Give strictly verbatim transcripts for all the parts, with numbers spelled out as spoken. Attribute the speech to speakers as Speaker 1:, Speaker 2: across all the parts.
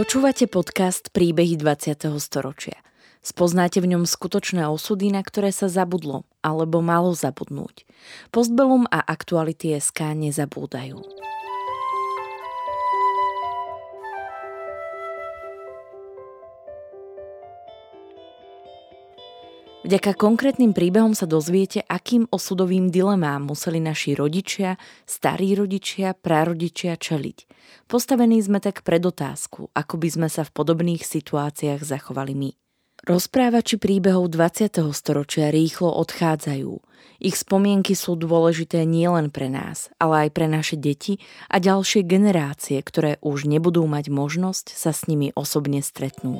Speaker 1: Počúvate podcast Príbehy dvadsiateho storočia. Spoznáte v ňom skutočné osudy, na ktoré sa zabudlo alebo malo zabudnúť. Postbellum a Aktuality bodka es ká nezabúdajú. Vďaka konkrétnym príbehom sa dozviete, akým osudovým dilemám museli naši rodičia, starí rodičia, prarodičia čeliť. Postavení sme tak pred otázku, ako by sme sa v podobných situáciách zachovali my. Rozprávači príbehov dvadsiateho storočia rýchlo odchádzajú. Ich spomienky sú dôležité nielen pre nás, ale aj pre naše deti a ďalšie generácie, ktoré už nebudú mať možnosť sa s nimi osobne stretnúť.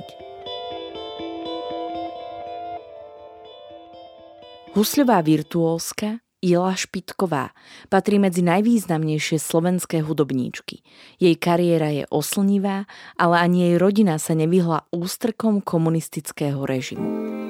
Speaker 1: Husľová virtuózka Jela Špitková patrí medzi najvýznamnejšie slovenské hudobníčky. Jej kariéra je oslnivá, ale ani jej rodina sa nevyhla ústrkom komunistického režimu.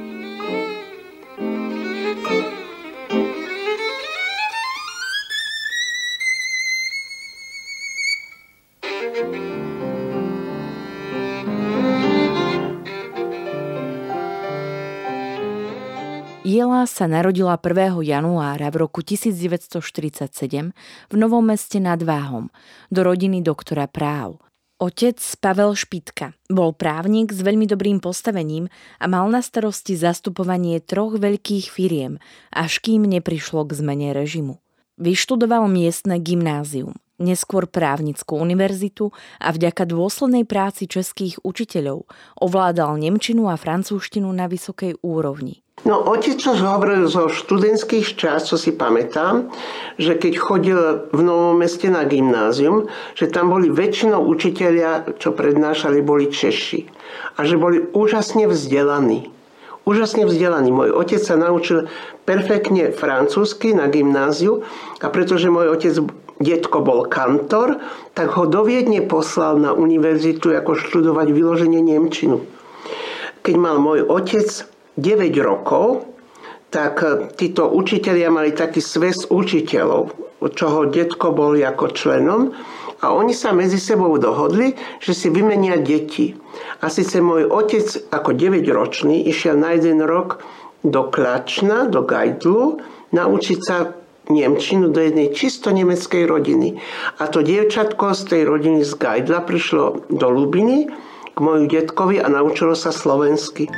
Speaker 1: Jela sa narodila prvého januára v roku devätnásťstoštyridsaťsedem v Novom Meste nad Váhom do rodiny doktora práv. Otec Pavel Špitka bol právnik s veľmi dobrým postavením a mal na starosti zastupovanie troch veľkých firiem, až kým neprišlo k zmene režimu. Vyštudoval miestne gymnázium, neskôr právnickú univerzitu a vďaka dôslednej práci českých učiteľov ovládal nemčinu a francúzštinu na vysokej úrovni.
Speaker 2: No, otec čo hovoril zo študentských čas, čo si pamätám, že keď chodil v Novom Meste na gymnázium, že tam boli väčšinou učitelia, čo prednášali, boli Češi. A že boli úžasne vzdelaní. Úžasne vzdelaní. Môj otec sa naučil perfektne francúzsky na gymnáziu a pretože môj otec, detko, bol kantor, tak ho do Viedne poslal na univerzitu ako študovať vyloženie nemčinu. Keď mal môj otec deväť rokov, tak títo učitelia mali taký sväz učiteľov, čoho detko bol ako členom a oni sa medzi sebou dohodli, že si vymenia deti. A síce môj otec ako deväťročný išiel na jeden rok do Klačna, do Gajdlu, naučiť sa nemčinu do jednej čisto nemeckej rodiny. A to dievčatko z tej rodiny z Gajdla prišlo do Lubiny k moju detkovi a naučilo sa slovensky.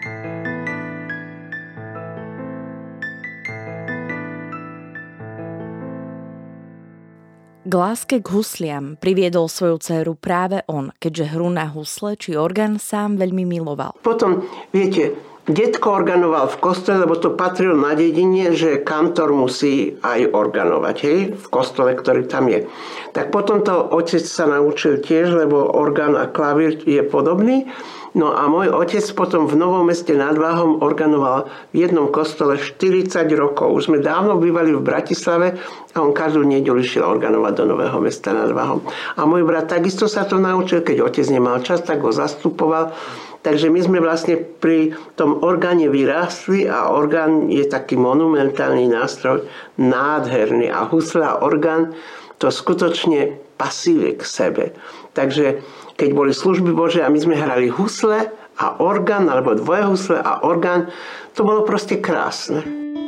Speaker 1: K láske k husliam priviedol svoju dcéru práve on, keďže hru na husle či orgán sám veľmi miloval.
Speaker 2: Potom, viete, detko organoval v kostole, lebo to patrilo na dedine, že kantor musí aj organovať, hej, v kostole, ktorý tam je. Tak potom to otec sa naučil tiež, lebo orgán a klavír je podobný. No a môj otec potom v Novom Meste nad Váhom organoval v jednom kostole štyridsať rokov. Už sme dávno bývali v Bratislave a on každú nedeľu išiel organovať do Nového Mesta nad Váhom. A môj brat takisto sa to naučil, keď otec nemal čas, tak ho zastupoval. Takže my sme vlastne pri tom orgáne vyrástli a orgán je taký monumentálny nástroj, nádherný. A husle a orgán to skutočne pasuje k sebe. Takže keď boli služby Božie a my sme hrali husle a orgán, alebo dvoje husle a orgán, to bolo proste krásne.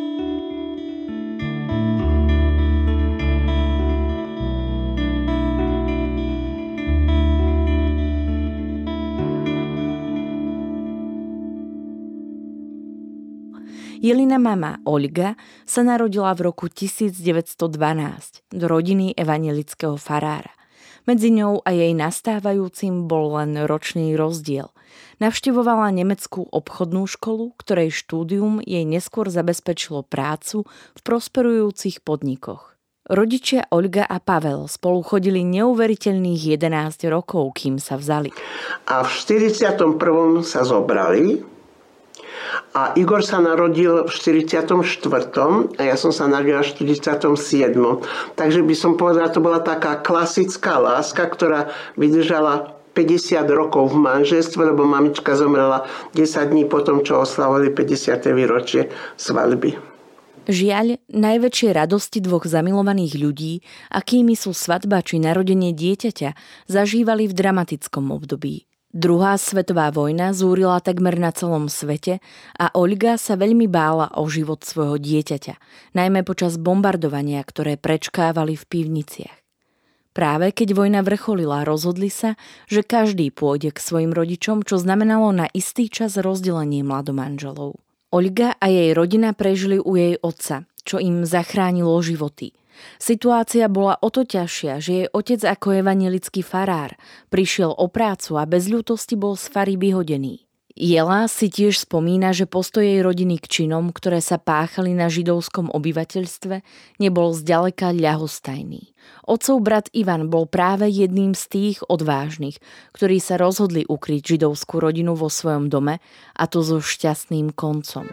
Speaker 1: Jelina mama Olga sa narodila v roku devätnásťstodvanásť do rodiny evanjelického farára. Medzi ňou a jej nastávajúcim bol len ročný rozdiel. Navštevovala nemeckú obchodnú školu, ktorej štúdium jej neskôr zabezpečilo prácu v prosperujúcich podnikoch. Rodičia Olga a Pavel spolu chodili neuveriteľných jedenásť rokov, kým sa vzali.
Speaker 2: A v štyridsiatom prvom sa zobrali a Igor sa narodil v štyridsiatom štvrtom a ja som sa narodila v štyridsiatom siedmom Takže by som povedala, to bola taká klasická láska, ktorá vydržala päťdesiat rokov v manželstve, lebo mamička zomrela desať dní potom, čo oslavovali päťdesiate výročie svadby.
Speaker 1: Žiaľ, najväčšie radosti dvoch zamilovaných ľudí, akými sú svadba či narodenie dieťaťa, zažívali v dramatickom období. Druhá svetová vojna zúrila takmer na celom svete a Olga sa veľmi bála o život svojho dieťaťa, najmä počas bombardovania, ktoré prečkávali v pivniciach. Práve keď vojna vrcholila, rozhodli sa, že každý pôjde k svojim rodičom, čo znamenalo na istý čas rozdelenie mladomanželov. Olga a jej rodina prežili u jej otca, čo im zachránilo životy. Situácia bola o to ťažšia, že jej otec ako evanjelický farár prišiel o prácu a bez ľútosti bol z fary vyhodený. Jela si tiež spomína, že postoj jej rodiny k činom, ktoré sa páchali na židovskom obyvateľstve, nebol zďaleka ľahostajný. Otcov brat Ivan bol práve jedným z tých odvážnych, ktorí sa rozhodli ukryť židovskú rodinu vo svojom dome, a to so šťastným koncom.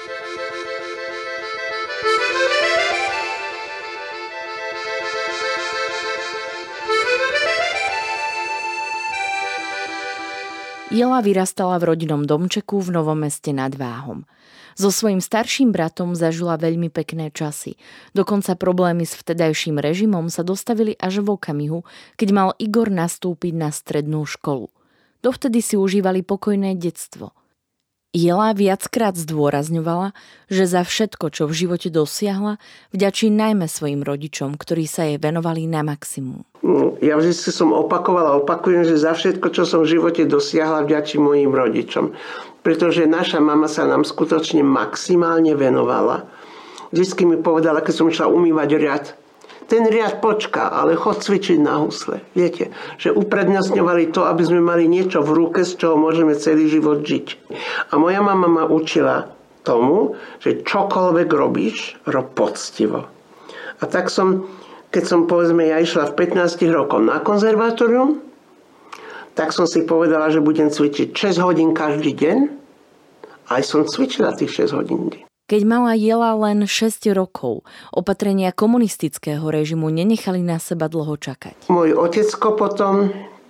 Speaker 1: Jela vyrastala v rodinnom domčeku v Novom Meste nad Váhom. So svojím starším bratom zažila veľmi pekné časy. Dokonca problémy s vtedajším režimom sa dostavili až v okamihu, keď mal Igor nastúpiť na strednú školu. Dovtedy si užívali pokojné detstvo. Jela viackrát zdôrazňovala, že za všetko, čo v živote dosiahla, vďačí najmä svojim rodičom, ktorí sa jej venovali na maximum.
Speaker 2: Ja vždy som opakovala a opakujem, že za všetko, čo som v živote dosiahla, vďačím mojim rodičom. Pretože naša mama sa nám skutočne maximálne venovala. Vždycky mi povedala, keď som išla umývať riad, ten riad počká, ale chod cvičiť na husle. Viete, že uprednostňovali to, aby sme mali niečo v ruke, z čoho môžeme celý život žiť. A moja mama ma učila tomu, že čokoľvek robíš, rob poctivo. A tak som, keď som povedzme, ja išla v pätnástich rokoch na konzervatórium, tak som si povedala, že budem cvičiť šesť hodín každý deň. A aj som cvičila tých šesť hodín.
Speaker 1: Keď mala Jela len šesť rokov, opatrenia komunistického režimu nenechali na seba dlho čakať.
Speaker 2: Môj otecko potom,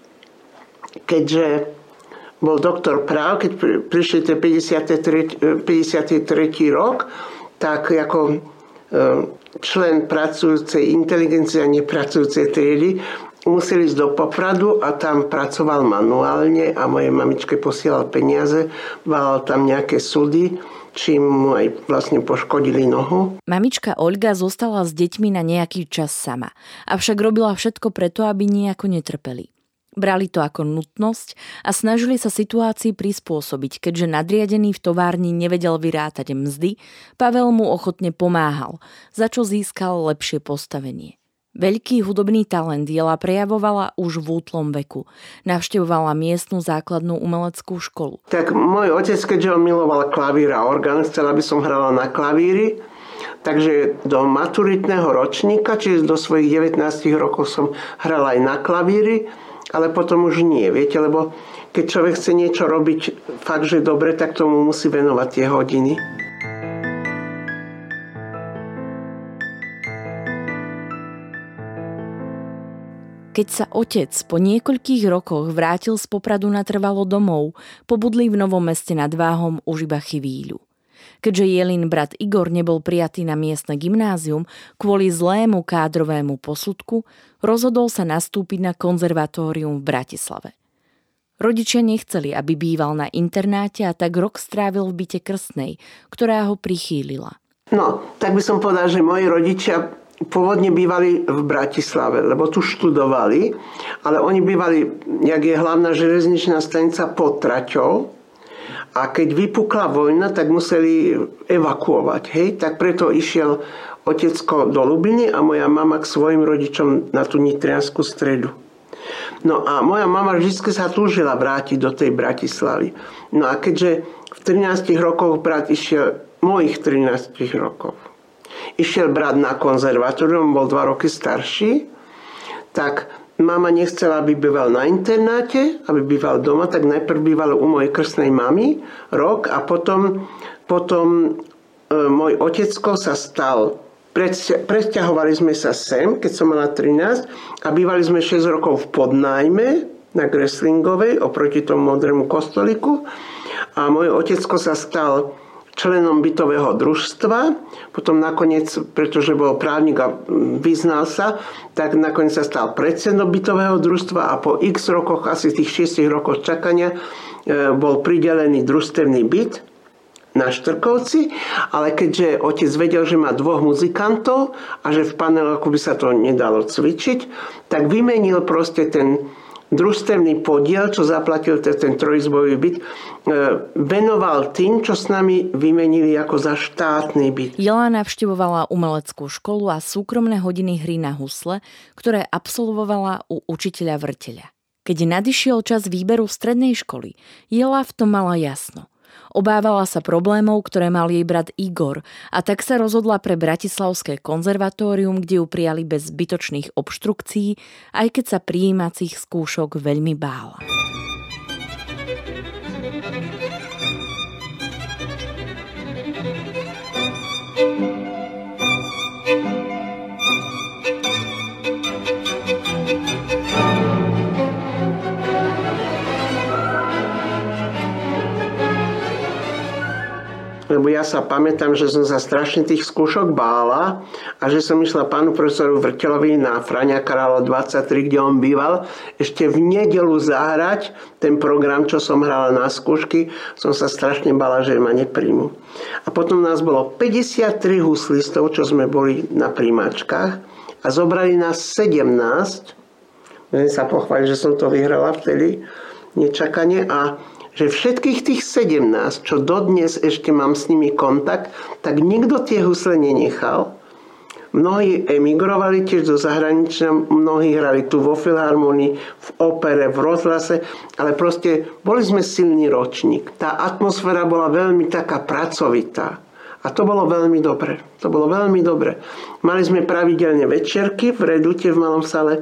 Speaker 2: keďže bol doktor práv, keď prišli ten päťdesiaty tretí rok, tak ako člen pracujúcej inteligencie a nepracujúcej triedy museli ísť do Popradu a tam pracoval manuálne a mojej mamičke posielal peniaze, mal tam nejaké súdy, čím mu aj vlastne poškodili nohu.
Speaker 1: Mamička Olga zostala s deťmi na nejaký čas sama, avšak robila všetko preto, aby nejako netrpeli. Brali to ako nutnosť a snažili sa situácii prispôsobiť, keďže nadriadený v továrni nevedel vyrátať mzdy, Pavel mu ochotne pomáhal, za čo získal lepšie postavenie. Veľký hudobný talent Jela prejavovala už v útlom veku. Navštevovala miestnu základnú umeleckú školu.
Speaker 2: Tak môj otec, keďže on miloval klavír a orgán, chcel, aby som hrala na klavíri, takže do maturitného ročníka, čiže do svojich devätnástich rokov som hrala aj na klavíri, ale potom už nie, viete, lebo keď človek chce niečo robiť fakt, že dobre, tak tomu musí venovať tie hodiny.
Speaker 1: Keď sa otec po niekoľkých rokoch vrátil z Popradu natrvalo domov, pobudli v Novom Meste nad Váhom už iba chvíľu. Keďže Jelin brat Igor nebol prijatý na miestne gymnázium kvôli zlému kádrovému posudku, rozhodol sa nastúpiť na konzervatórium v Bratislave. Rodičia nechceli, aby býval na internáte, a tak rok strávil v byte krstnej, ktorá ho prichýlila.
Speaker 2: No, tak by som povedal, že moji rodičia pôvodne bývali v Bratislave, lebo tu študovali, ale oni bývali, jak je hlavná železničná stanica pod traťou, a keď vypukla vojna, tak museli evakuovať, hej, tak preto išiel otecko do Lubiny a moja mama k svojim rodičom na tú nitriansku stredu. No a moja mama vždy sa túžila vrátiť do tej Bratislavy. No a keďže v trinástich rokoch brat išiel, mojich trinástich rokov, išiel brat na konzervatórium, bol dva roky starší, tak mama nechcela, aby býval na internáte, aby býval doma, tak najprv býval u mojej krstnej mamy rok a potom, potom e, môj otecko sa stal, presťahovali sme sa sem, keď som mala trinásť, a bývali sme šesť rokov v podnájme na Greslingovej oproti tomu modrému kostolíku, a môj otecko sa stal členom bytového družstva, potom nakoniec, pretože bol právnik a vyznal sa, tak nakoniec sa stal predsedom bytového družstva a po x rokoch, asi tých šiestich rokoch čakania, bol pridelený družstevný byt na Štrkovci, ale keďže otec vedel, že má dvoch muzikantov a že v paneláku by sa to nedalo cvičiť, tak vymenil proste ten družstevný podiel, čo zaplatil ten trojizbový byt, venoval tým, čo s nami vymenili ako za štátny byt.
Speaker 1: Jela navštevovala umeleckú školu a súkromné hodiny hry na husle, ktoré absolvovala u učiteľa vrteľa. Keď nadišiel čas výberu strednej školy, Jela v tom mala jasno. Obávala sa problémov, ktoré mal jej brat Igor, a tak sa rozhodla pre Bratislavské konzervatórium, kde ju prijali bez zbytočných obštrukcií, aj keď sa prijímacích skúšok veľmi bála.
Speaker 2: Lebo ja sa pamätám, že som sa strašne tých skúšok bála a že som išla pánu profesoru Vrteľovi na Frania Karála dvadsaťtri, kde on býval, ešte v nedeľu zahrať ten program, čo som hrala na skúšky. Som sa strašne bála, že ma nepríjmu. A potom nás bolo päťdesiattri huslistov, čo sme boli na príjmačkách, a zobrali nás sedemnásť. Môžem sa pochváliť, že som to vyhrala vtedy nečakane, a že všetkých tých sedemnásť, čo dodnes ešte mám s nimi kontakt, tak nikto tie husle nenechal. Mnohí emigrovali tiež do zahraničia, mnohí hrali tu vo filharmonii, v opere, v rozhlase, ale proste boli sme silný ročník. Tá atmosféra bola veľmi taká pracovitá. A to bolo veľmi dobre. To bolo veľmi dobre. Mali sme pravidelne večerky v Redute, v malom sále,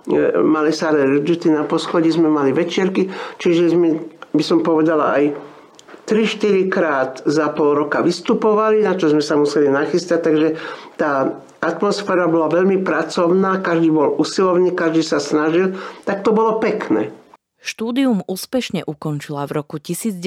Speaker 2: malej sále Reduty na poschodí sme mali večerky, čiže sme, by som povedala, aj tri štyri krát za pol roka vystupovali, na čo sme sa museli nachystať, takže tá atmosféra bola veľmi pracovná, každý bol usilovný, každý sa snažil, tak to bolo pekné.
Speaker 1: Štúdium úspešne ukončila v roku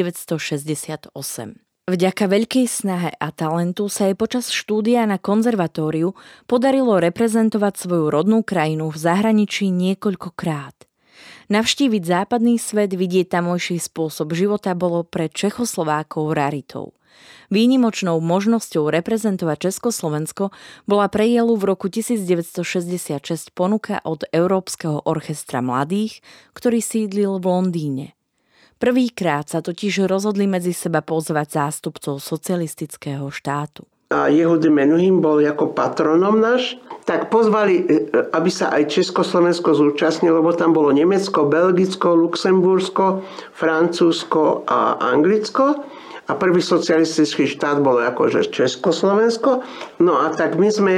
Speaker 1: devätnásťstošesťdesiatosem. Vďaka veľkej snahe a talentu sa jej počas štúdia na konzervatóriu podarilo reprezentovať svoju rodnú krajinu v zahraničí niekoľkokrát. Navštíviť západný svet, vidieť tamojší spôsob života bolo pre Čechoslovákov raritou. Výnimočnou možnosťou reprezentovať Československo bola pre Jelu v roku devätnásťstošesťdesiatšesť ponuka od Európskeho orchestra mladých, ktorý sídlil v Londýne. Prvýkrát sa totiž rozhodli medzi seba pozvať zástupcov socialistického štátu.
Speaker 2: A Jehudy Menuhin bol ako patronom náš, tak pozvali, aby sa aj Československo zúčastnilo, lebo tam bolo Nemecko, Belgicko, Luxembursko, Francúzsko a Anglicko. A prvý socialistický štát bolo akože Československo. No a tak my sme,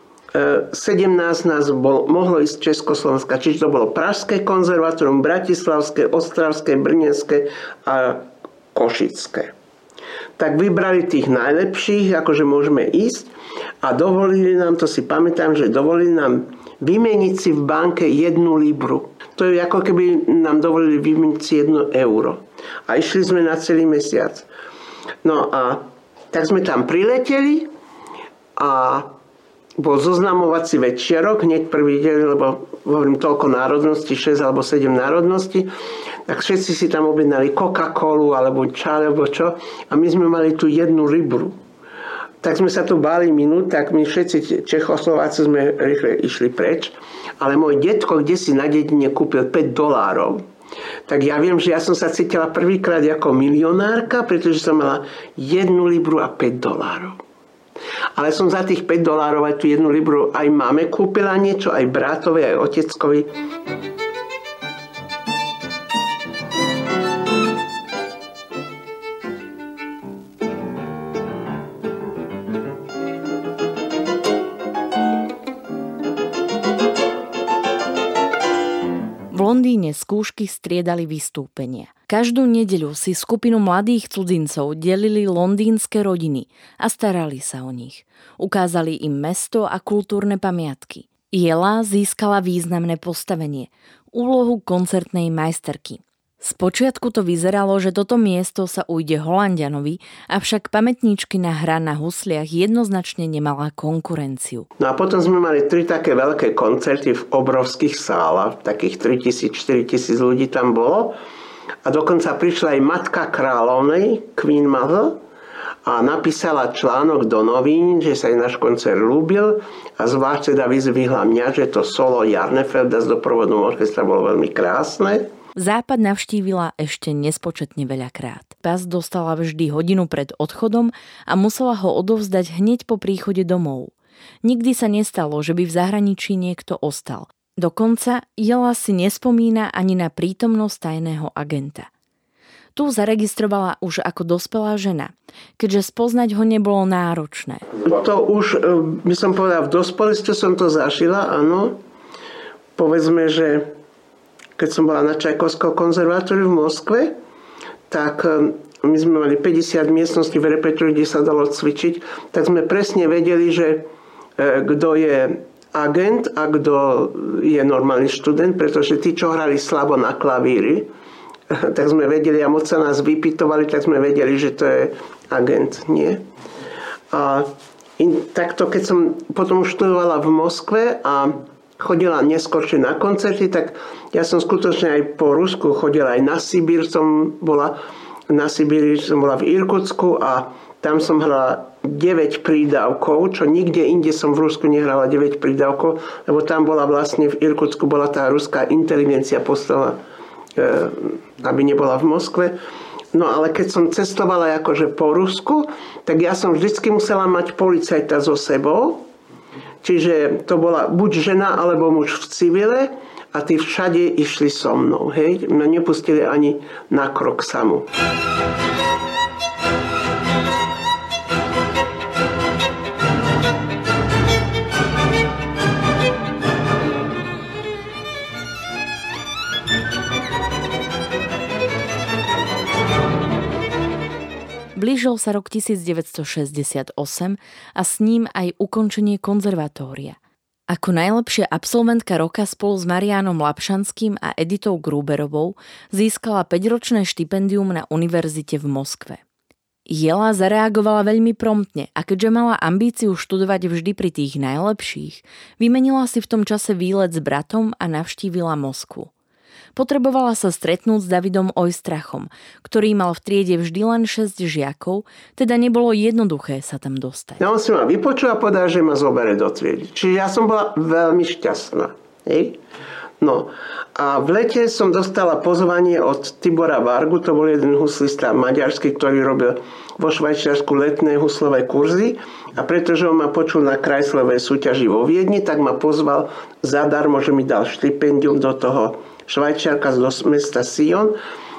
Speaker 2: sedemnásť nás bol, mohlo ísť Československa, čiže to bolo Pražské konzervatórium, Bratislavské, Ostravské, Brněnské a Košické. Tak vybrali tých najlepších, akože môžeme ísť, a dovolili nám, to si pamätám, že dovolili nám vymeniť si v banke jednu libru. To je ako keby nám dovolili vymeniť si jedno euro. A išli sme na celý mesiac. No a tak sme tam prileteli a bol zoznamovací večerok, hneď prvý deň, lebo hovorím toľko národností, šesť alebo sedem národností, tak všetci si tam objednali Coca-Colu alebo čaj alebo čo, a my sme mali tu jednu libru. Tak sme sa tu báli minút, tak my všetci Čechoslováci sme rýchle išli preč, ale môj detko kdesi na dedine kúpil päť dolárov. Tak ja viem, že ja som sa cítila prvýkrát ako milionárka, pretože som mala jednu libru a päť dolárov. Ale som za tých päť dolárov aj tú jednu libru aj mame kúpila niečo, aj bratovi, aj oteckovi.
Speaker 1: V Londýne skúšky striedali vystúpenia. Každú nedeľu si skupinu mladých cudzincov delili londýnske rodiny a starali sa o nich. Ukázali im mesto a kultúrne pamiatky. Jela získala významné postavenie, úlohu koncertnej majsterky. Spočiatku to vyzeralo, že toto miesto sa ujde Holanďanovi, avšak pamätníčkina hra na husliach jednoznačne nemala konkurenciu.
Speaker 2: No a potom sme mali tri také veľké koncerty v obrovských sálach, takých tritisíc, štyritisíc ľudí tam bolo. A dokonca prišla aj matka kráľovnej, Queen Mother, a napísala článok do novín, že sa jej náš koncert ľúbil a zvlášť teda vyzvihla mňa, že to solo Jarnefelda z doprovodnou orchestra bolo veľmi krásne.
Speaker 1: Západ navštívila ešte nespočetne veľakrát. Pas dostala vždy hodinu pred odchodom a musela ho odovzdať hneď po príchode domov. Nikdy sa nestalo, že by v zahraničí niekto ostal. Dokonca Jela si nespomína ani na prítomnosť tajného agenta. Tu zaregistrovala už ako dospelá žena, keďže spoznať ho nebolo náročné.
Speaker 2: To už, by som povedala, v dospelosti som to zažila, áno. Povedzme, že keď som bola na Čajkovskom konzervatóriu v Moskve, tak my sme mali päťdesiat miestností v repertoári, kde sa dalo cvičiť, tak sme presne vedeli, že kto je agent a kto je normálny študent, pretože tí, čo hrali slabo na klavíri, tak sme vedeli a moc sa nás vypytovali, tak sme vedeli, že to je agent, nie? A in, takto, keď som potom študovala v Moskve a chodila neskôršie na koncerty, tak ja som skutočne aj po Rusku chodila, aj na Sibír som bola, na Sibíri som bola v Irkutsku a tam som hrala deväť prídavkov, čo nikde inde som v Rusku nehrala deväť prídavkov, lebo tam bola vlastne v Irkutsku bola tá ruská inteligencia poslaná, aby nebola v Moskve. No ale keď som cestovala akože po Rusku, tak ja som vždycky musela mať policajta so sebou. Čiže to bola buď žena, alebo muž v civile a tí všade išli so mnou. Hej? Mňa nepustili ani na krok samu.
Speaker 1: Blížil sa rok devätnásťstošesťdesiatosem a s ním aj ukončenie konzervatória. Ako najlepšia absolventka roka spolu s Mariánom Lapšanským a Editou Gruberovou získala päťročné štipendium na univerzite v Moskve. Jela zareagovala veľmi promptne a keďže mala ambíciu študovať vždy pri tých najlepších, vymenila si v tom čase výlet s bratom a navštívila Moskvu. Potrebovala sa stretnúť s Davidom Ojstrachom, ktorý mal v triede vždy len šesť žiakov, teda nebolo jednoduché sa tam dostať.
Speaker 2: Ja on si ma vypočul a povedal, že ma zobere do triedy. Čiže ja som bola veľmi šťastná. Hej? No a v lete som dostala pozvanie od Tibora Vargu, to bol jeden huslista maďarský, ktorý robil vo Švajčiarsku letné huslové kurzy a pretože on ma počul na Kreislovej súťaži vo Viedni, tak ma pozval zadarmo, že mi dal štipendium do toho Švajčiarka z mesta Sion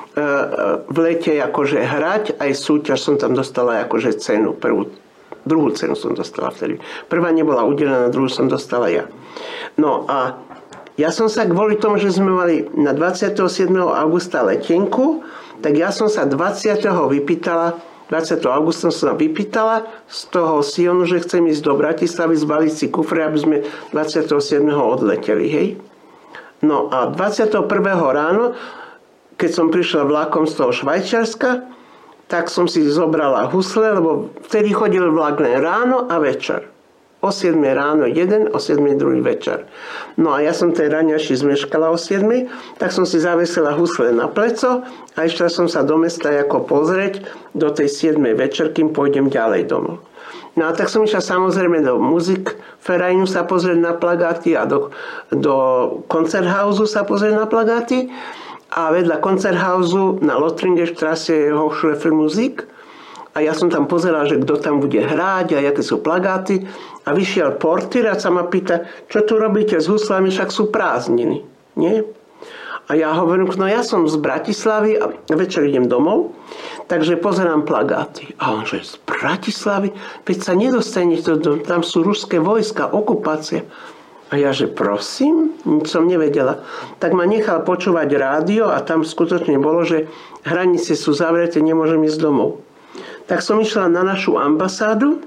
Speaker 2: v lete akože hrať, aj súťaž som tam dostala akože cenu, prvú, druhú cenu som dostala vtedy. Prvá nebola udelená, druhú som dostala ja. No a ja som sa kvôli tomu, že sme mali na dvadsiateho siedmeho augusta letenku, tak ja som sa dvadsiateho vypýtala, dvadsiateho augusta som sa vypýtala z toho Sionu, že chcem ísť do Bratislavy, zbaliť si kufre, aby sme dvadsiateho siedmeho odleteli, hej? No a dvadsiateho prvého ráno, keď som prišla vlakom z toho Švajčiarska, tak som si zobrala husle, lebo vtedy chodil vlak len ráno a večer. O siedmej ráno jeden, o siedmej druhý večer. No a ja som tej raňajší zmeškala o siedmej, tak som si zavesila husle na pleco a išla som sa do mesta ako pozrieť do tej siedmej večer, kým pôjdem ďalej domov. No a tak som išla samozrejme do Musikvereinu sa pozrieť na plagáty a do, do Konzerthausu sa pozrieť na plagáty. A vedľa Konzerthausu na Lothringerstraße je Hochschule für Musik. A ja som tam pozerala, že kto tam bude hrať a aké sú plagáty. A vyšiel portier a sa ma pýta, čo tu robíte s huslami, však sú prázdniny. Nie? A ja hovorím, no ja som z Bratislavy a večer idem domov, takže pozerám plagáty. A on, že z Bratislavy? Veď sa nedostanete, tam sú ruské vojska, okupácia. A ja, že prosím, nič som nevedela. Tak ma nechal počúvať rádio a tam skutočne bolo, že hranice sú zavreté, nemôžem ísť domov. Tak som išla na našu ambasádu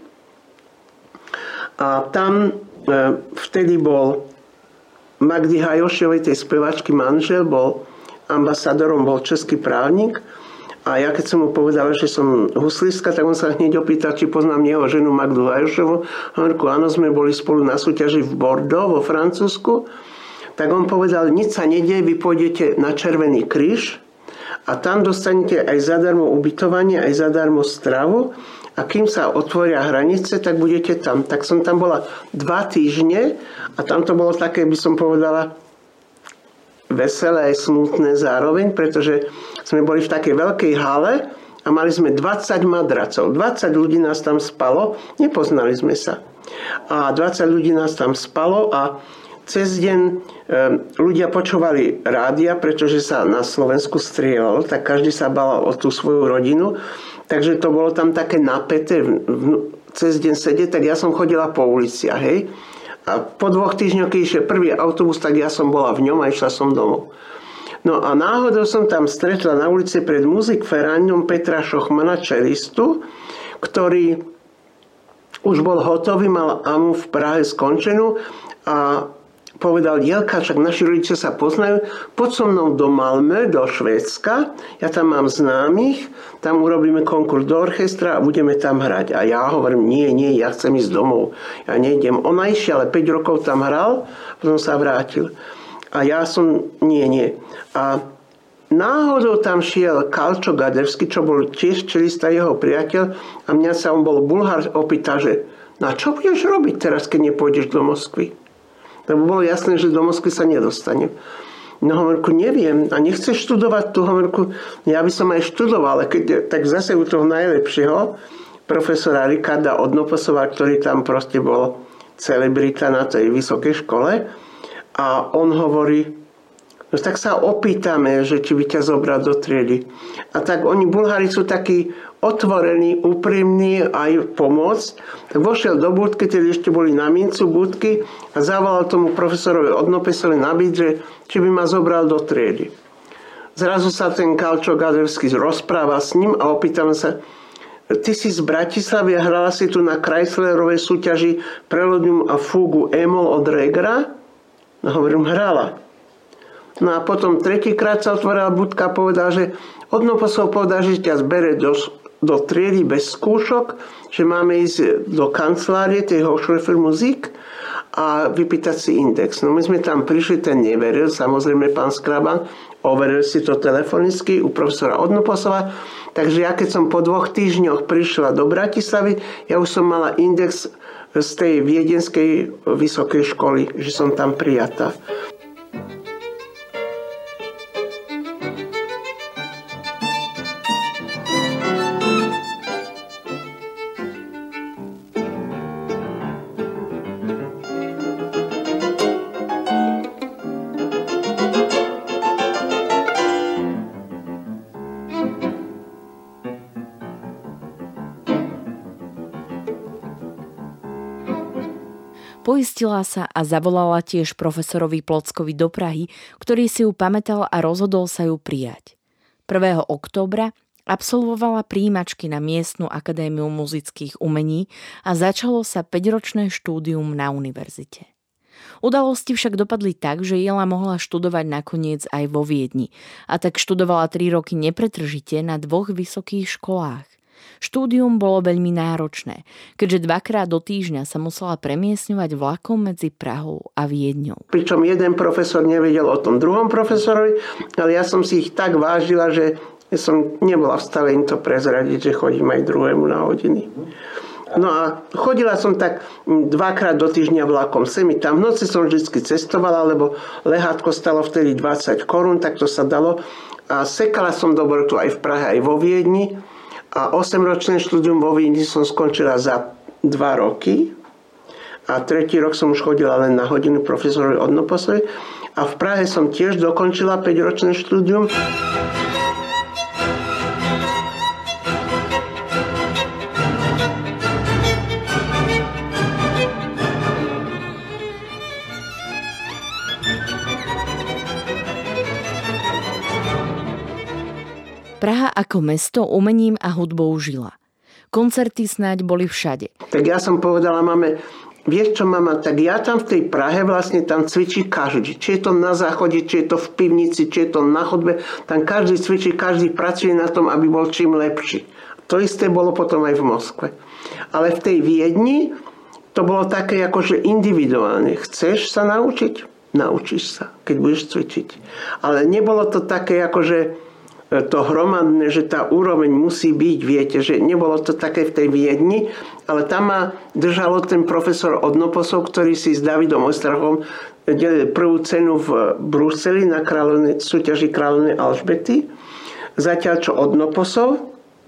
Speaker 2: a tam e, vtedy bol Magdy Hajošiovej, tej spevačky manžel, bol ambasádorom bol český právnik. A ja keď som mu povedala, že som huslistka, tak on sa hneď opýtal, či poznám jeho ženu Magdu Hajušovu. Hovorku, áno, sme boli spolu na súťaži v Bordeaux vo Francúzsku. Tak on povedal, nič sa nedieje, vy pôjdete na Červený kríž a tam dostanete aj zadarmo ubytovanie, aj zadarmo stravu. A kým sa otvoria hranice, tak budete tam. Tak som tam bola dva týždne a tam to bolo také, by som povedala, veselé aj smutné zároveň, pretože sme boli v takej veľkej hale a mali sme dvadsať madracov. dvadsať ľudí nás tam spalo, nepoznali sme sa. A dvadsať ľudí nás tam spalo a cez deň e, ľudia počúvali rádia, pretože sa na Slovensku strieľalo, tak každý sa bal o tú svoju rodinu. Takže to bolo tam také napäté cez deň sedieť, tak ja som chodila po uliciach, hej. A po dvoch týždňoch, keď išiel prvý autobus, tak ja som bola v ňom a išla som domov. No a náhodou som tam stretla na ulici pred muzikferáňom Petra Šochmana, čelistu, ktorý už bol hotový, mal amu v Prahe skončenú a povedal, Jelka, však naši rodičia sa poznajú, poď so mnou do Malmö, do Švédska, ja tam mám známych, tam urobíme konkurs do orchestra a budeme tam hrať. A ja hovorím, nie, nie, ja chcem ísť domov, ja nejdem. On išiel, ale päť rokov tam hral, potom sa vrátil. A ja som, nie, nie. A náhodou tam šiel Kalčo Gadevský, čo bol tiež čelista jeho priateľ a mňa sa, on bol Bulhár, opýta, že na čo budeš robiť teraz, keď nepôjdeš do Moskvy? Lebo bolo jasné, že do Moskvy sa nedostanem. No hovorku, neviem. A nechceš študovať tú hovorku? Ja by som aj študoval, ale keď, tak zase u toho najlepšieho, profesora Ricarda Odnoposova, ktorý tam proste bol celebrita na tej vysokej škole. A on hovorí, no tak sa opýtame, že či by ťa zobrať do triedy. A tak oni, Bulhári, sú takí otvorení, úprimní aj pomôcť. Tak vošiel do budky, tedy ešte boli na mincu budky a zavolal tomu profesorovi Odnopesovi na byt, že či by ma zobral do triedy. Zrazu sa ten Kalčo Gadevský rozpráva s ním a opýtam sa, ty si z Bratislavy a hrala si tu na Chryslerovej súťaži Preludium a fúgu E-moll od Regera? No hovorím, hrala. No a potom tretíkrát sa otvorila budka a povedal, že Odnoposov povedal, že ťa zbere do, do triedy bez skúšok, že máme ísť do kancelárie tej Hochschule für Musik a vypýtať si index. No my sme tam prišli, ten neveril, samozrejme pán Skraban, overil si to telefonicky u profesora Odnoposova, takže ja keď som po dvoch týždňoch prišla do Bratislavy, ja už som mala index z tej viedenskej vysokej školy, že som tam prijatá.
Speaker 1: Poistila sa a zavolala tiež profesorovi Plockovi do Prahy, ktorý si ju pamätal a rozhodol sa ju prijať. prvého októbra absolvovala prijímačky na Miestnu akadémiu muzických umení a začalo sa päťročné štúdium na univerzite. Udalosti však dopadli tak, že Jela mohla študovať nakoniec aj vo Viedni a tak študovala tri roky nepretržite na dvoch vysokých školách. Štúdium bolo veľmi náročné, keďže dvakrát do týždňa sa musela premiestňovať vlakom medzi Prahou a Viedňou.
Speaker 2: Pričom jeden profesor nevedel o tom druhom profesorovi, ale ja som si ich tak vážila, že som nebola v stave im to prezradiť, že chodím aj druhému na hodiny. No a chodila som tak dvakrát do týždňa vlakom sem i tam. V noci som vždy cestovala, lebo lehátko stalo vtedy dvadsať korún, tak to sa dalo. A sekala som dobrotu aj v Prahe, aj vo Viedni. A osemročné štúdium vo Viedni som skončila za dva roky. A tretí rok som už chodila len na hodinu profesorovi Odnoposovi. A v Prahe som tiež dokončila päťročné štúdium.
Speaker 1: Praha ako mesto umením a hudbou žila. Koncerty snáď boli všade.
Speaker 2: Tak ja som povedala, máme, vieš čo, mama, tak ja tam v tej Prahe vlastne tam cvičí každý. Či je to na záchode, či je to v pivnici, či je to na chodbe. Tam každý cvičí, každý pracuje na tom, aby bol čím lepší. To isté bolo potom aj v Moskve. Ale v tej Viedni to bolo také akože individuálne. Chceš sa naučiť? Naučíš sa, keď budeš cvičiť. Ale nebolo to také akože to hromadné, že tá úroveň musí byť, viete, že nebolo to také v tej Viedni, ale tam ma držalo ten profesor Odnoposov, ktorý si s Davidom Ostrachom delil prvú cenu v Bruseli na kráľovnej, súťaži kráľovnej Alžbety. Zatiaľ čo Odnoposov,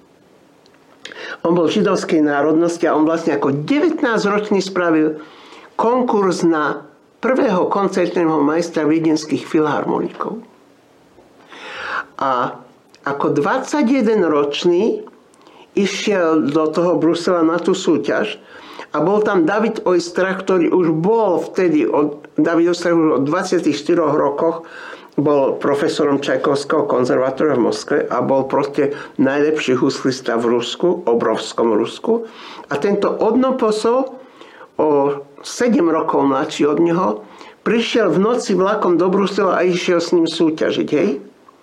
Speaker 2: on bol židovskej národnosti a on vlastne ako devätnásťročný spravil konkurs na prvého koncertného majstra viedenských filharmonikov. A ako dvadsaťjedenročný išiel do toho Brusela na tú súťaž a bol tam David Oistrach, ktorý už bol vtedy, od, David Oistrach už od dvadsiatich štyroch rokoch bol profesorom Čajkovského konzervatória v Moskve a bol proste najlepší huslista v Rusku, obrovskom Rusku. A tento Odnoposov, o sedem rokov mladší od neho, prišiel v noci vlakom do Brusela a išiel s ním súťažiť. Hej?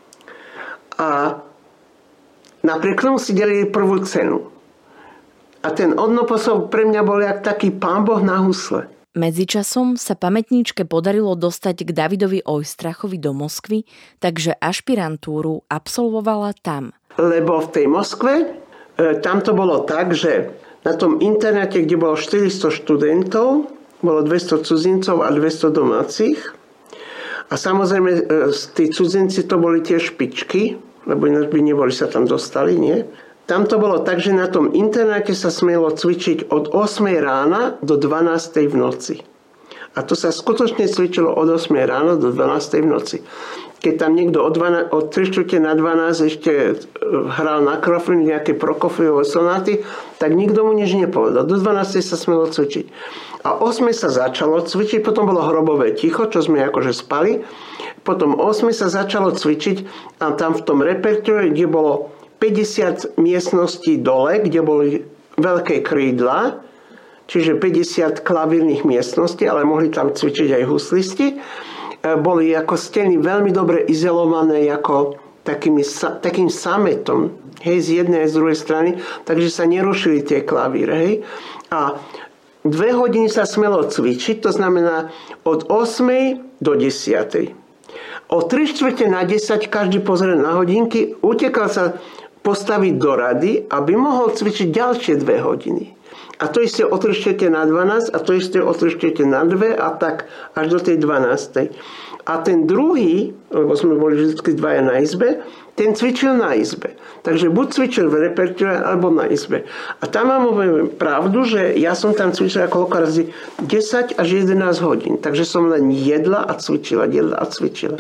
Speaker 2: A napriek tomu si delili prvú cenu. A ten Odnoposov pre mňa bol jak taký pán Boh na husle.
Speaker 1: Medzičasom sa pamätníčke podarilo dostať k Davidovi Oistrachovi do Moskvy, takže ašpirantúru absolvovala tam.
Speaker 2: Lebo v tej Moskve, e, tam to bolo tak, že na tom internáte, kde bolo štyristo študentov, bolo dvesto cudzincov a dvesto domácich. A samozrejme, e, tí cudzinci to boli tie špičky, lebo ináč by neboli, sa tam dostali, nie? Tam to bolo tak, že na tom internáte sa smelo cvičiť od ôsmej rána do dvanástej v noci. A to sa skutočne cvičilo od ôsmej rána do dvanástej v noci. Keď tam niekto od, dvanásť, od tri štvrte na dvanásť ešte hral na kroflín nejaké Prokofieve sonáty, tak nikto mu nič nepovedal. Do dvanástej sa smelo cvičiť. A o ôsmej sa začalo cvičiť, potom bolo hrobové ticho, čo sme akože spali. Potom o ôsmej sa začalo cvičiť a tam v tom repertoári, kde bolo päťdesiat miestností dole, kde boli veľké krídla, čiže päťdesiat klavírnych miestností, ale mohli tam cvičiť aj huslisti. Boli ako steny veľmi dobre izolované ako takými, takým sametom, hej, z jednej a z druhej strany, takže sa nerušili tie klavíre. Hej. A dve hodiny sa smelo cvičiť, to znamená od ôsmej do desiatej. O tri štvrte na desať každý pozrie na hodinky, utekal sa postaviť do rady, aby mohol cvičiť ďalšie dve hodiny. A to isté o tri štvrte na dvanásť a to isté o tri štvrte na dve a tak až do tej dvanástej. A ten druhý, lebo sme boli vždy dvaja na izbe, ten cvičil na izbe. Takže buď cvičil v repertoári alebo na izbe. A tam mám pravdu, že ja som tam cvičila koľko razy desať až jedenásť hodín. Takže som len jedla a cvičila, jedla a cvičila.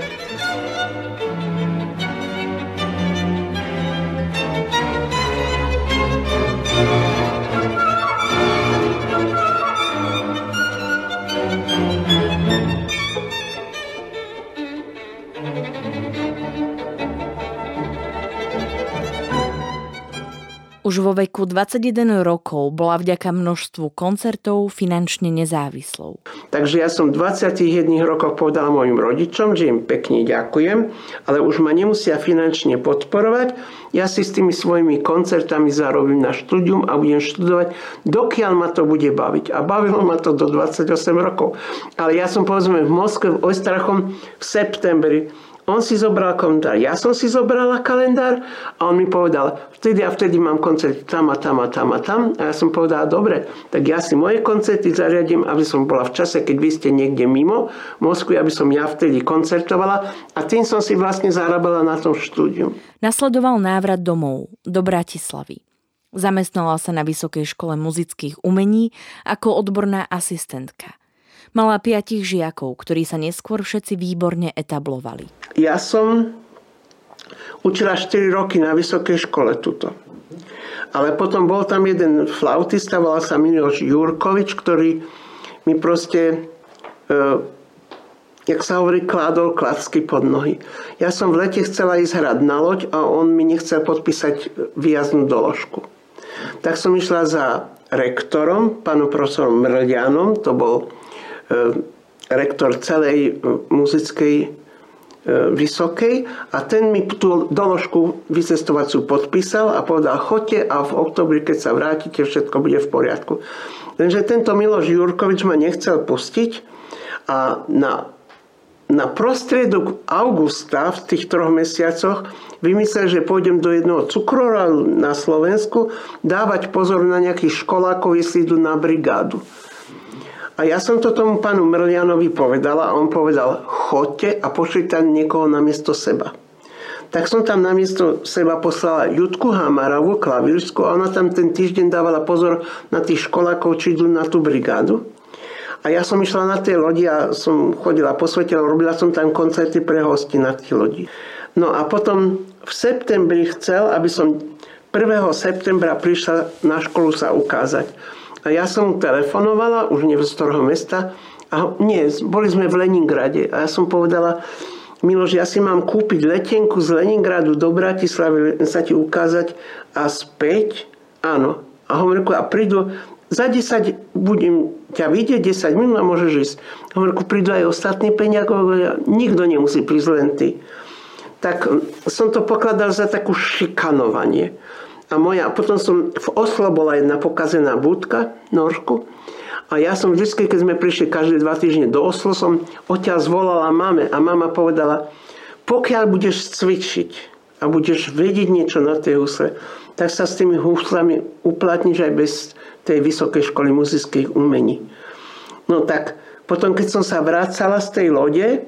Speaker 1: Už vo veku dvadsaťjeden rokov bola vďaka množstvu koncertov finančne nezávislou.
Speaker 2: Takže ja som v dvadsiatich jedných rokoch povedal mojim rodičom, že im pekne ďakujem, ale už ma nemusia finančne podporovať. Ja si s tými svojimi koncertami zarobím na štúdium a budem študovať, dokiaľ ma to bude baviť. A bavilo ma to do dvadsaťosem rokov. Ale ja som povedzme v Moskve v Oistrachom v septembri. On si zobral kalendár, ja som si zobrala kalendár a on mi povedal, vtedy a vtedy mám koncert tam a tam a tam a tam. A ja som povedala, dobre, tak ja si moje koncerty zariadím, aby som bola v čase, keď vy ste niekde mimo Moskvy, aby som ja vtedy koncertovala a tým som si vlastne zarábala na tom štúdiu.
Speaker 1: Nasledoval návrat domov, do Bratislavy. Zamestnala sa na Vysokej škole muzických umení ako odborná asistentka. Mala piatich žiakov, ktorí sa neskôr všetci výborne etablovali.
Speaker 2: Ja som učila štyri roky na vysokej škole tuto. Ale potom bol tam jeden flautista, volal sa Miloš Jurkovič, ktorý mi proste, e, jak sa hovorí, kládol klacky pod nohy. Ja som v lete chcela ísť hrať na loď a on mi nechcel podpísať výjazdnú doložku. Tak som išla za rektorom, pánom profesorom Mrľanom, to bol rektor celej muzickej vysokej, a ten mi tú doložku vycestovaciu podpísal a povedal, choďte a v októbri, keď sa vrátite, všetko bude v poriadku. Lenže tento Miloš Jurkovič ma nechcel pustiť a na, na prostriedok augusta v tých troch mesiacoch vymyslel, že pôjdem do jedného cukrovaru na Slovensku dávať pozor na nejakých školákov, jestli idú na brigádu. A ja som to tomu pánu Mrľanovi povedala a on povedal, choďte a pošli tam niekoho namiesto seba. Tak som tam namiesto seba poslala Judku Hamarovú, klavíristku, a ona tam ten týždeň dávala pozor na tých školákov, či idú na tú brigádu. A ja som išla na tej lodi a som chodila po svete, robila som tam koncerty pre hosti na tých lodí. No a potom v septembri chcel, aby som prvého septembra prišla na školu sa ukázať. A ja som mu telefonovala, už nie z ktorého mesta, a nie, boli sme v Leningrade. A ja som povedala, Miloš, ja si mám kúpiť letenku z Leningradu do Bratislavy, sa ti ukázať a späť? Áno. A hovorím, a prídu, za desať budem ťa vidieť, desať minút a môžeš ísť. Hovorím, prídu aj ostatní peniakovia, nikto nemusí prísť, len ty. Tak som to pokladal za takú šikanovanie. A moja, potom som, v Oslo bola jedna pokazená budka, Norsku. A ja som vždy, keď sme prišli každé dva týždne do Oslo, som odtiaľ zvolala mame. A mama povedala, pokiaľ budeš cvičiť a budeš vedieť niečo na tej husle, tak sa s tými huslami uplatníš aj bez tej vysokej školy muzických umení. No tak, potom keď som sa vracala z tej lode,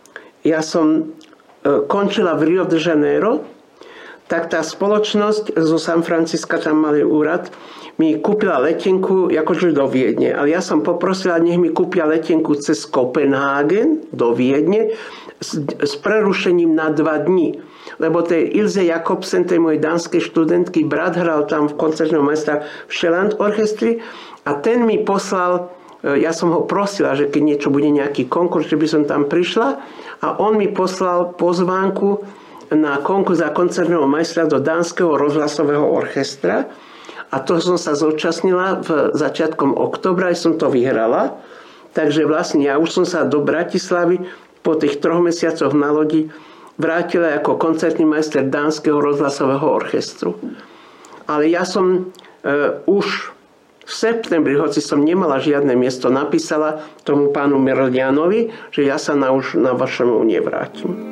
Speaker 2: ja som e, končila v Rio de Janeiro, tak tá spoločnosť zo San Francisca, tam mali úrad, mi kúpila letenku akože do Viedne. Ale ja som poprosila, nech mi kúpia letenku cez Kopenhagen do Viedne s, s prerušením na dva dni. Lebo tej Ilze Jakobsen, tej mojej danskej študentky, brat hral tam v koncertnom majstra v Schelland orchestri a ten mi poslal, ja som ho prosila, že keď niečo bude nejaký konkurs, že by som tam prišla, a on mi poslal pozvánku na konkurs za koncertného majstra do Dánskeho rozhlasového orchestra, a to som sa zúčastnila v začiatkom októbra, aj som to vyhrala. Takže vlastne ja už som sa do Bratislavy po tých troch mesiacoch na lodi vrátila ako koncertný majster Dánskeho rozhlasového orchestru. Ale ja som e, už v septembri, hoci som nemala žiadne miesto, napísala tomu pánu Mrľanovi, že ja sa na, už na Varšavu nevrátim.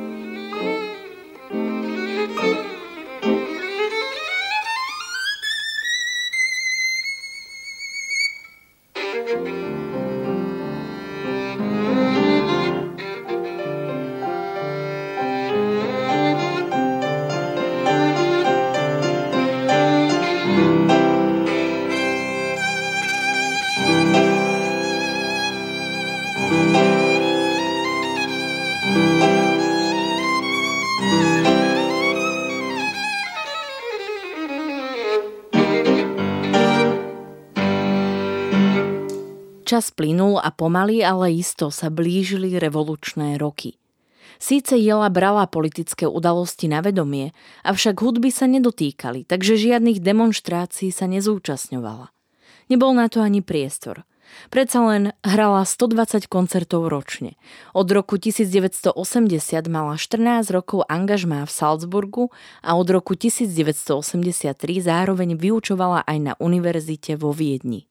Speaker 1: Čas plynul a pomaly, ale isto sa blížili revolučné roky. Síce Jela brala politické udalosti na vedomie, avšak hudby sa nedotýkali, takže žiadnych demonštrácií sa nezúčastňovala. Nebol na to ani priestor. Predsa len hrala stodvadsať koncertov ročne. Od roku devätnásťstoosemdesiat mala štrnásť rokov angažmá v Salzburgu a od roku devätnásťstoosemdesiattri zároveň vyučovala aj na univerzite vo Viedni.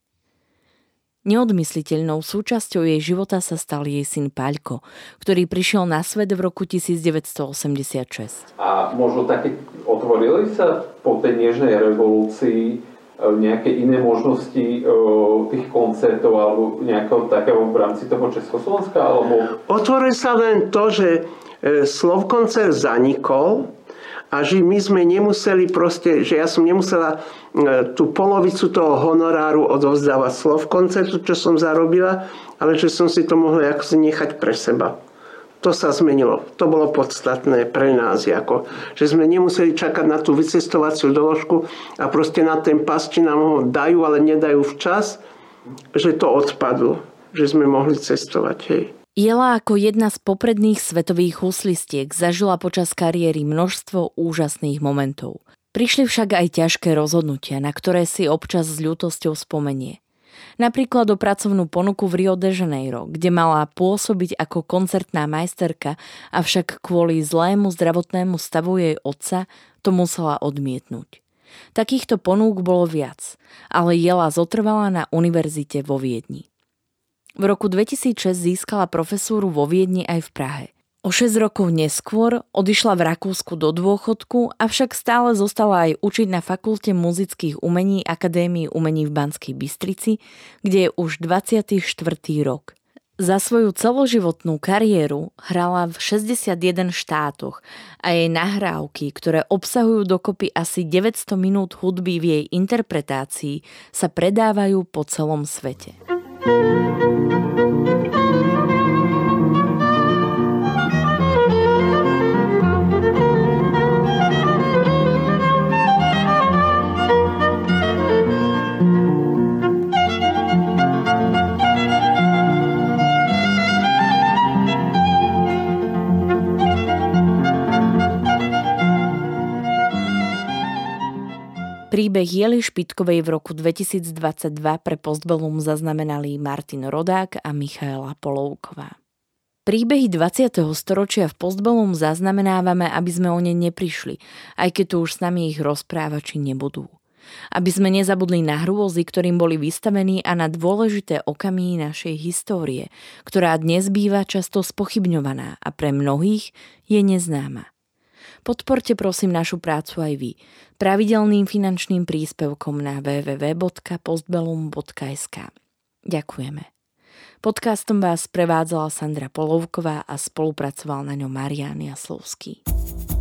Speaker 1: Neodmysliteľnou súčasťou jej života sa stal jej syn Paľko, ktorý prišiel na svet v roku devätnásťstoosemdesiatšesť.
Speaker 3: A možno také otvorili sa po tej nežnej revolúcii nejaké iné možnosti tých koncertov alebo nejakého takého v rámci toho Československa? Alebo...
Speaker 2: Otvorili sa len to, že Slovkoncert zanikol, a že my sme nemuseli proste, že ja som nemusela tú polovicu toho honoráru odovzdávať Slovkoncertu, čo som zarobila, ale že som si to mohla akože nechať pre seba. To sa zmenilo. To bolo podstatné pre nás. Ako, že sme nemuseli čakať na tú vycestovaciu doložku a proste na ten pas, či nám ho dajú, ale nedajú včas, že to odpadlo. Že sme mohli cestovať. Hej.
Speaker 1: Jela ako jedna z popredných svetových huslistiek zažila počas kariéry množstvo úžasných momentov. Prišli však aj ťažké rozhodnutia, na ktoré si občas s ľútosťou spomenie. Napríklad o pracovnú ponuku v Rio de Janeiro, kde mala pôsobiť ako koncertná majsterka, avšak kvôli zlému zdravotnému stavu jej otca to musela odmietnúť. Takýchto ponúk bolo viac, ale Jela zotrvala na univerzite vo Viedni. V roku dvetisícšesť získala profesúru vo Viedni aj v Prahe. O šesť rokov neskôr odišla v Rakúsku do dôchodku, avšak stále zostala aj učiť na Fakulte muzických umení Akadémii umení v Banskej Bystrici, kde je už dvadsiaty štvrtý rok. Za svoju celoživotnú kariéru hrala v šesťdesiatjeden štátoch a jej nahrávky, ktoré obsahujú dokopy asi deväťsto minút hudby v jej interpretácii, sa predávajú po celom svete. Príbeh Jely Špitkovej v roku dvetisícdvadsaťdva pre Postbellum zaznamenali Martin Rodák a Michaela Polovková. Príbehy dvadsiateho storočia v Postbellum zaznamenávame, aby sme o ne neprišli, aj keď tu už s nami ich rozprávači nebudú. Aby sme nezabudli na hrôzy, ktorým boli vystavení, a na dôležité okamihy našej histórie, ktorá dnes býva často spochybňovaná a pre mnohých je neznáma. Podporte prosím našu prácu aj vy pravidelným finančným príspevkom na w w w bodka postbellum bodka es ka. Ďakujeme. Podcastom vás prevádzala Sandra Polovková a spolupracoval na ňom Marián Jaslovský.